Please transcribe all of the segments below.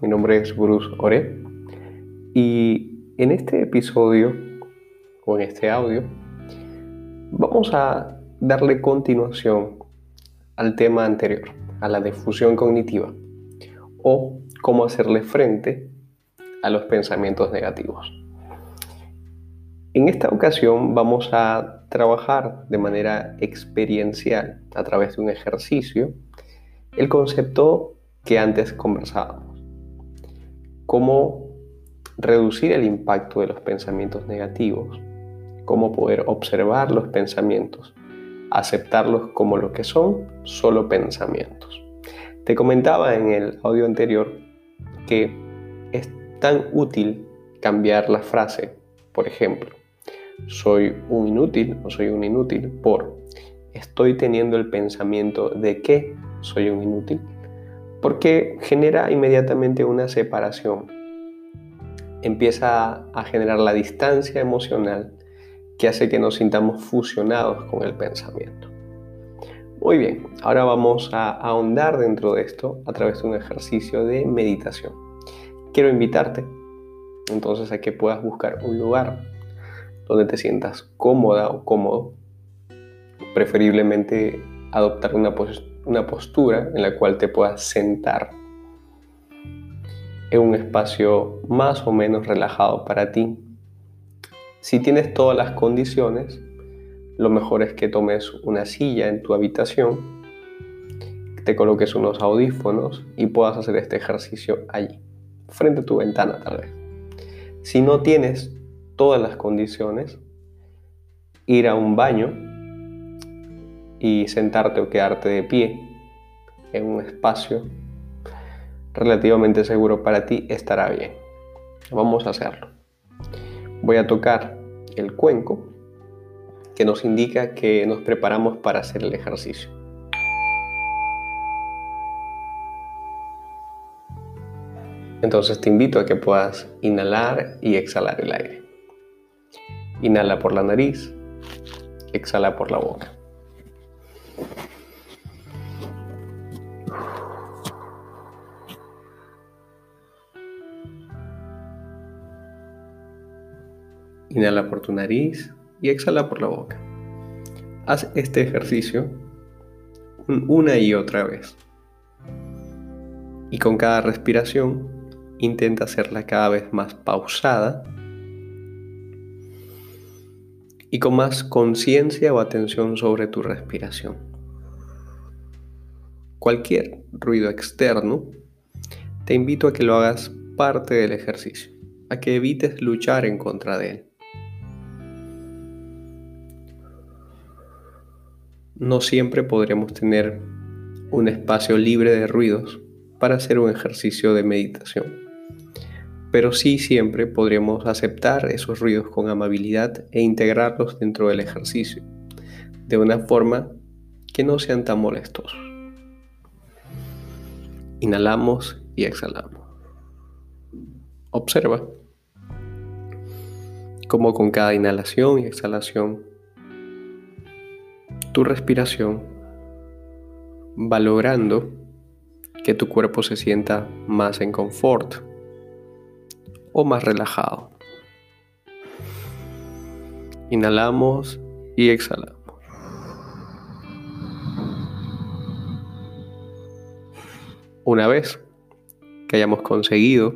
Mi nombre es Bruce Ore y en este episodio o en este audio vamos a darle continuación al tema anterior, a la difusión cognitiva o cómo hacerle frente a los pensamientos negativos. En esta ocasión vamos a trabajar de manera experiencial a través de un ejercicio el concepto que antes conversábamos. Cómo reducir el impacto de los pensamientos negativos, cómo poder observar los pensamientos, aceptarlos como lo que son, solo pensamientos. Te comentaba en el audio anterior que es tan útil cambiar la frase, por ejemplo, soy un inútil o soy un inútil por estoy teniendo el pensamiento de que soy un inútil, porque genera inmediatamente una separación. Empieza a generar la distancia emocional que hace que nos sintamos fusionados con el pensamiento. Muy bien, ahora vamos a ahondar dentro de esto a través de un ejercicio de meditación. Quiero invitarte entonces a que puedas buscar un lugar donde te sientas cómoda o cómodo, preferiblemente adoptar una postura en la cual te puedas sentar en un espacio más o menos relajado para ti. Si tienes todas las condiciones, lo mejor es que tomes una silla en tu habitación, te coloques unos audífonos y puedas hacer este ejercicio allí, frente a tu ventana tal vez. Si no tienes todas las condiciones, ir a un baño y sentarte o quedarte de pie en un espacio relativamente seguro para ti estará bien. Vamos a hacerlo. Voy a tocar el cuenco que nos indica que nos preparamos para hacer el ejercicio. Entonces te invito a que puedas inhalar y exhalar el aire. Inhala por la nariz, exhala por la boca. Inhala por tu nariz y exhala por la boca. Haz este ejercicio una y otra vez. Y con cada respiración, intenta hacerla cada vez más pausada y con más conciencia o atención sobre tu respiración. Cualquier ruido externo, te invito a que lo hagas parte del ejercicio, a que evites luchar en contra de él. No siempre podremos tener un espacio libre de ruidos para hacer un ejercicio de meditación. Pero sí siempre podremos aceptar esos ruidos con amabilidad e integrarlos dentro del ejercicio, de una forma que no sean tan molestos. Inhalamos y exhalamos. Observa cómo con cada inhalación y exhalación tu respiración va logrando que tu cuerpo se sienta más en confort o más relajado. Inhalamos y exhalamos. Una vez que hayamos conseguido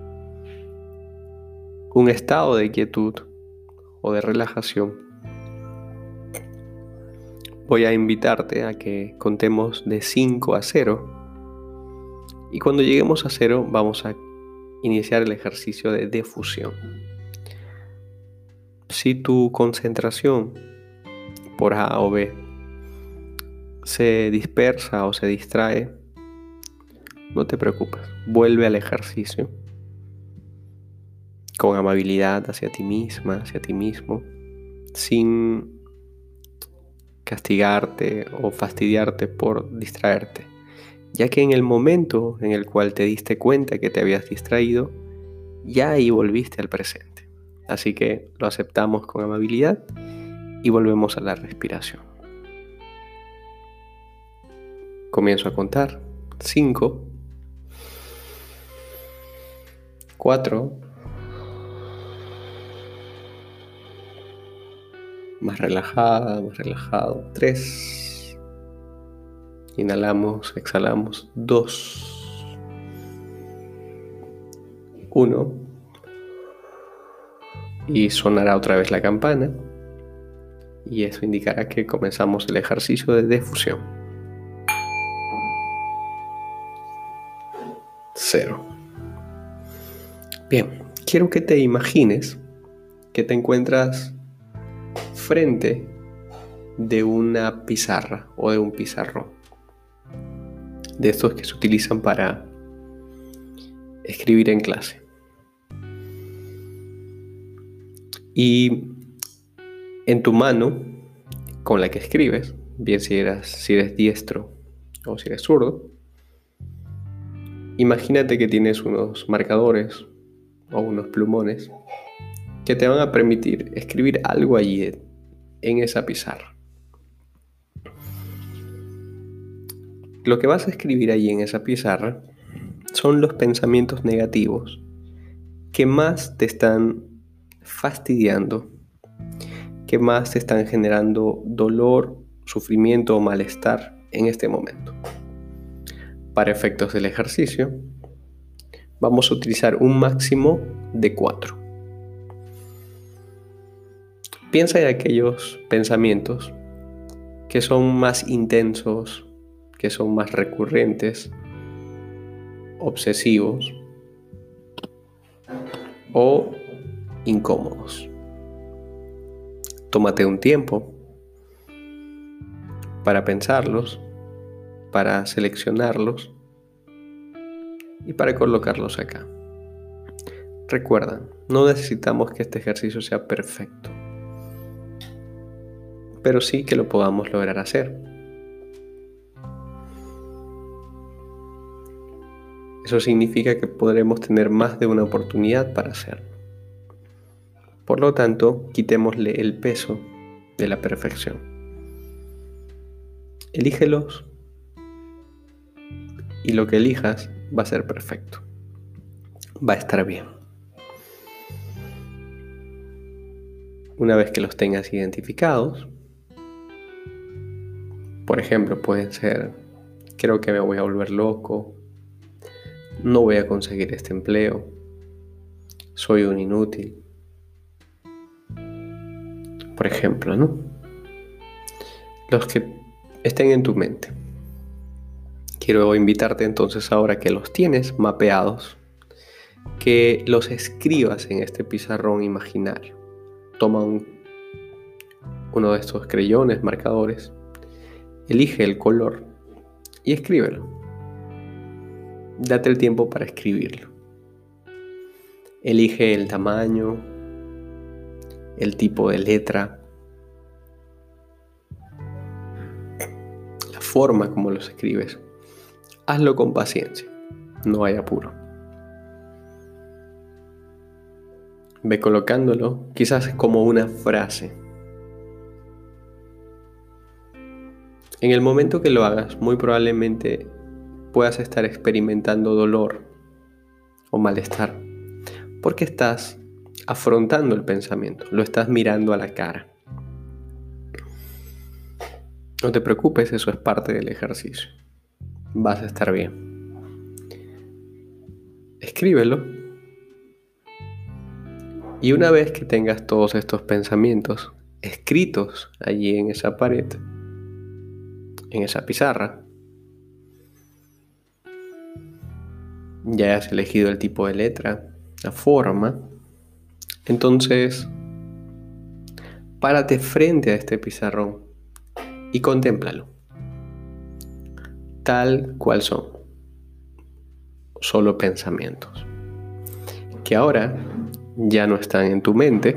un estado de quietud o de relajación, voy a invitarte a que contemos de 5 a 0 y cuando lleguemos a 0 vamos a iniciar el ejercicio de difusión. Si tu concentración por A o B se dispersa o se distrae, no te preocupes, vuelve al ejercicio con amabilidad hacia ti misma, hacia ti mismo, sin castigarte o fastidiarte por distraerte, ya que en el momento en el cual te diste cuenta que te habías distraído, ya ahí volviste al presente. Así que lo aceptamos con amabilidad y volvemos a la respiración. Comienzo a contar. 5. 4. Más relajada, más relajado. 3. Inhalamos, exhalamos. 2. 1. Y sonará otra vez la campana. Y eso indicará que comenzamos el ejercicio de defusión. 0. Bien, quiero que te imagines que te encuentras frente de una pizarra o de un pizarrón, de estos que se utilizan para escribir en clase. Y en tu mano con la que escribes, bien si eres diestro o si eres zurdo, imagínate que tienes unos marcadores o unos plumones que te van a permitir escribir algo allí en esa pizarra. Lo que vas a escribir allí en esa pizarra son los pensamientos negativos que más te están fastidiando, que más te están generando dolor, sufrimiento o malestar en este momento. Para efectos del ejercicio, vamos a utilizar un máximo de 4. Piensa en aquellos pensamientos que son más intensos, que son más recurrentes, obsesivos o incómodos. Tómate un tiempo para pensarlos, para seleccionarlos y para colocarlos acá. Recuerda, no necesitamos que este ejercicio sea perfecto, pero sí que lo podamos lograr hacer. Eso significa que podremos tener más de una oportunidad para hacerlo. Por lo tanto, quitémosle el peso de la perfección. Elígelos y lo que elijas va a ser perfecto. Va a estar bien. Una vez que los tengas identificados, por ejemplo, pueden ser: creo que me voy a volver loco, no voy a conseguir este empleo, soy un inútil. Por ejemplo, ¿no? Los que estén en tu mente. Quiero invitarte entonces, ahora que los tienes mapeados, que los escribas en este pizarrón imaginario. Toma uno de estos creyones, marcadores, elige el color y escríbelo. Date el tiempo para escribirlo. Elige el tamaño, el tipo de letra, la forma como los escribes. Hazlo con paciencia, no hay apuro. Ve colocándolo, quizás como una frase. En el momento que lo hagas, muy probablemente puedas estar experimentando dolor o malestar, porque estás afrontando el pensamiento, lo estás mirando a la cara. No te preocupes, eso es parte del ejercicio. Vas a estar bien. Escríbelo. Y una vez que tengas todos estos pensamientos escritos allí en esa pared, en esa pizarra, ya has elegido el tipo de letra, la forma, entonces párate frente a este pizarrón y contémplalo, tal cual son, solo pensamientos, que ahora ya no están en tu mente,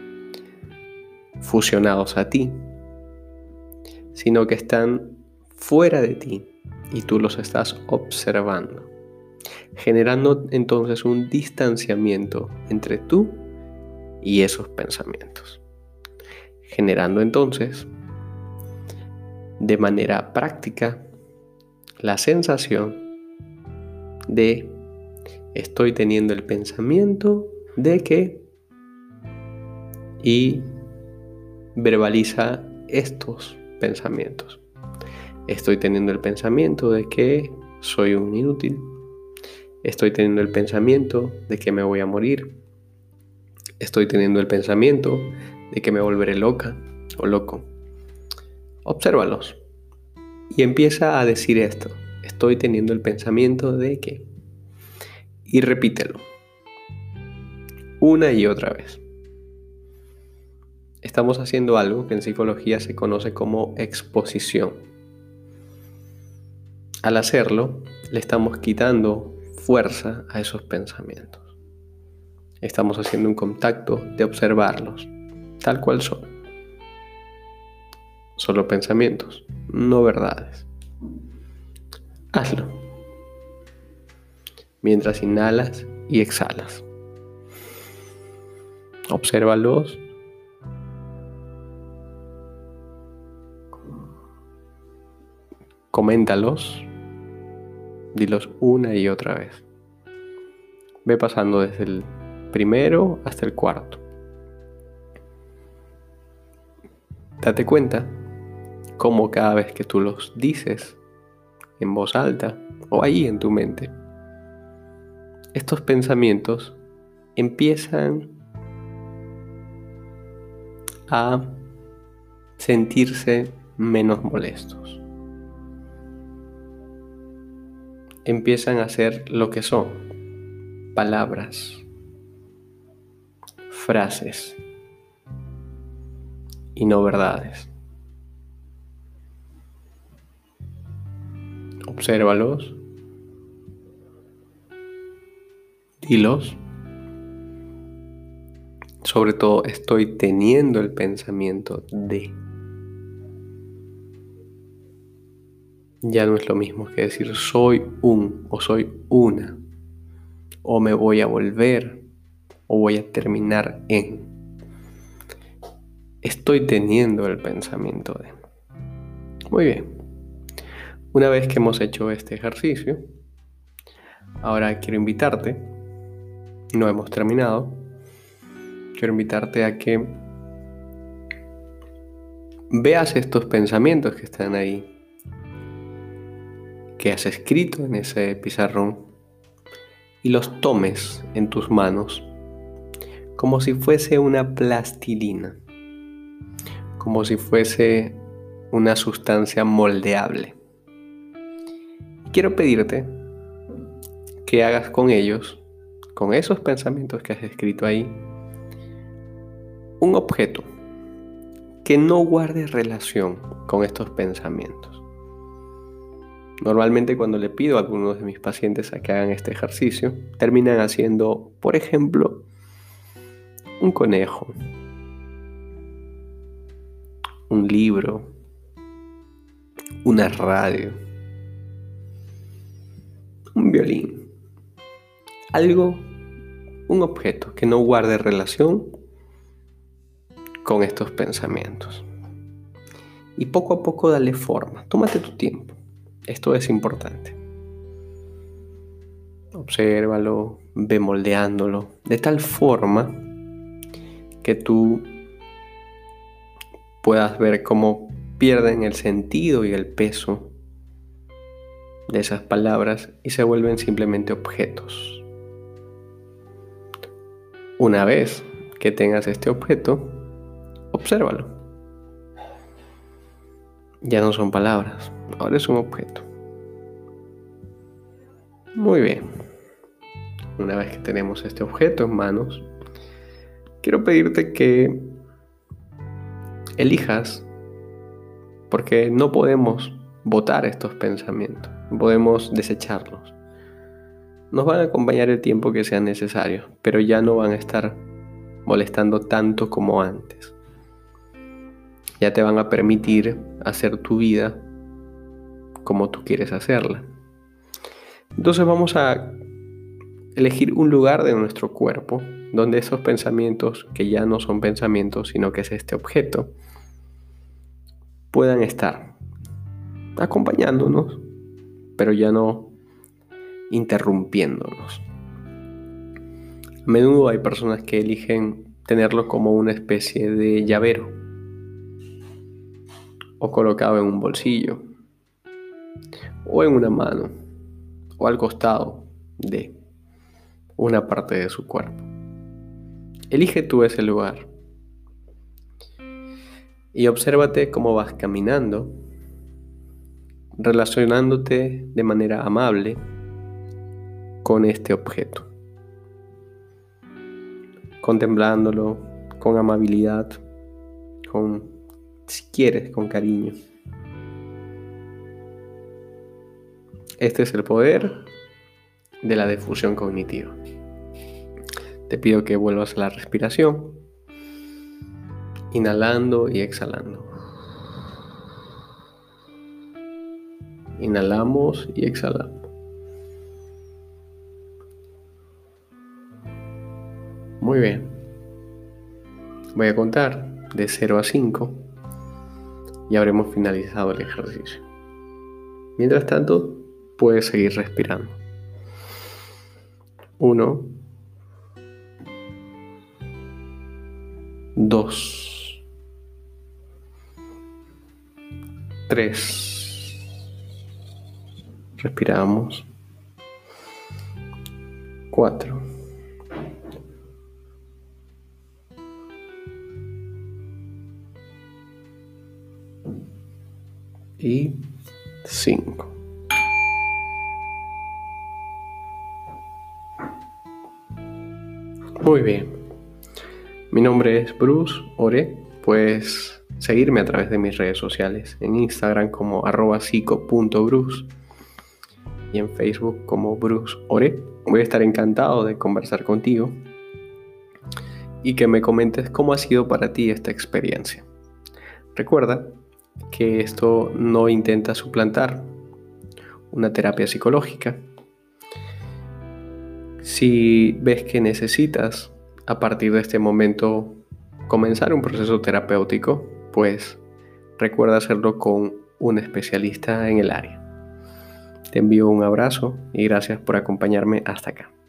fusionados a ti, sino que están fuera de ti y tú los estás observando, generando entonces un distanciamiento entre tú y esos pensamientos, generando entonces de manera práctica la sensación de Estoy teniendo el pensamiento de que... Y verbaliza estos pensamientos. Estoy teniendo el pensamiento de que soy un inútil. Estoy teniendo el pensamiento de que me voy a morir. Estoy teniendo el pensamiento de que me volveré loca o loco. Obsérvalos. Y empieza a decir esto. Estoy teniendo el pensamiento de que... Y repítelo. Una y otra vez. Estamos haciendo algo que en psicología se conoce como exposición. Al hacerlo, le estamos quitando fuerza a esos pensamientos. Estamos haciendo un contacto de observarlos, tal cual son. Solo pensamientos, no verdades. Hazlo. Mientras inhalas y exhalas. Obsérvalos. Coméntalos. Dilos una y otra vez. Ve pasando desde el primero hasta el cuarto. Date cuenta cómo cada vez que tú los dices en voz alta o ahí en tu mente, estos pensamientos empiezan a sentirse menos molestos. Empiezan a ser lo que son: palabras, frases y no verdades. Obsérvalos, dilos. Sobre todo, estoy teniendo el pensamiento de. Ya no es lo mismo que decir soy un o soy una, o me voy a volver, o voy a terminar en. Estoy teniendo el pensamiento de. Muy bien. Una vez que hemos hecho este ejercicio, ahora quiero invitarte, no hemos terminado, quiero invitarte a que veas estos pensamientos que están ahí, que has escrito en ese pizarrón, y los tomes en tus manos como si fuese una plastilina, como si fuese una sustancia moldeable. Quiero pedirte que hagas con ellos, con esos pensamientos que has escrito ahí, un objeto que no guarde relación con estos pensamientos. Normalmente cuando le pido a algunos de mis pacientes a que hagan este ejercicio, terminan haciendo, por ejemplo, un conejo, un libro, una radio, un violín, algo, un objeto que no guarde relación con estos pensamientos. Y poco a poco dale forma, tómate tu tiempo. Esto es importante. Obsérvalo, ve moldeándolo de tal forma que tú puedas ver cómo pierden el sentido y el peso de esas palabras y se vuelven simplemente objetos. Una vez que tengas este objeto, obsérvalo. Ya no son palabras, ahora es un objeto. Muy bien. Una vez que tenemos este objeto en manos, quiero pedirte que elijas, porque no podemos botar estos pensamientos, no podemos desecharlos. Nos van a acompañar el tiempo que sea necesario, pero ya no van a estar molestando tanto como antes. Ya te van a permitir hacer tu vida como tú quieres hacerla. Entonces vamos a elegir un lugar de nuestro cuerpo donde esos pensamientos, que ya no son pensamientos, sino que es este objeto, puedan estar acompañándonos, pero ya no interrumpiéndonos. menudo hay personas que eligen tenerlo como una especie de llavero o colocado en un bolsillo o en una mano o al costado de una parte de su cuerpo. Elige tú ese lugar y obsérvate cómo vas caminando, relacionándote de manera amable con este objeto, contemplándolo con amabilidad, si quieres, con cariño. Este es el poder de la difusión cognitiva. Te pido que vuelvas a la respiración, inhalando y exhalando. Inhalamos y exhalamos. Muy bien. Voy a contar de 0 a 5 y habremos finalizado el ejercicio. Mientras tanto, puedes seguir respirando. 1, 2, 3. Respiramos. 4. Y 5. Muy bien. Mi nombre es Bruce Ore. Puedes seguirme a través de mis redes sociales. En Instagram como @psico.bruce y en Facebook como Bruce Ore. Voy a estar encantado de conversar contigo y que me comentes cómo ha sido para ti esta experiencia. Recuerda que esto no intenta suplantar una terapia psicológica. Si ves que necesitas a partir de este momento comenzar un proceso terapéutico, pues recuerda hacerlo con un especialista en el área. Te envío un abrazo y gracias por acompañarme hasta acá.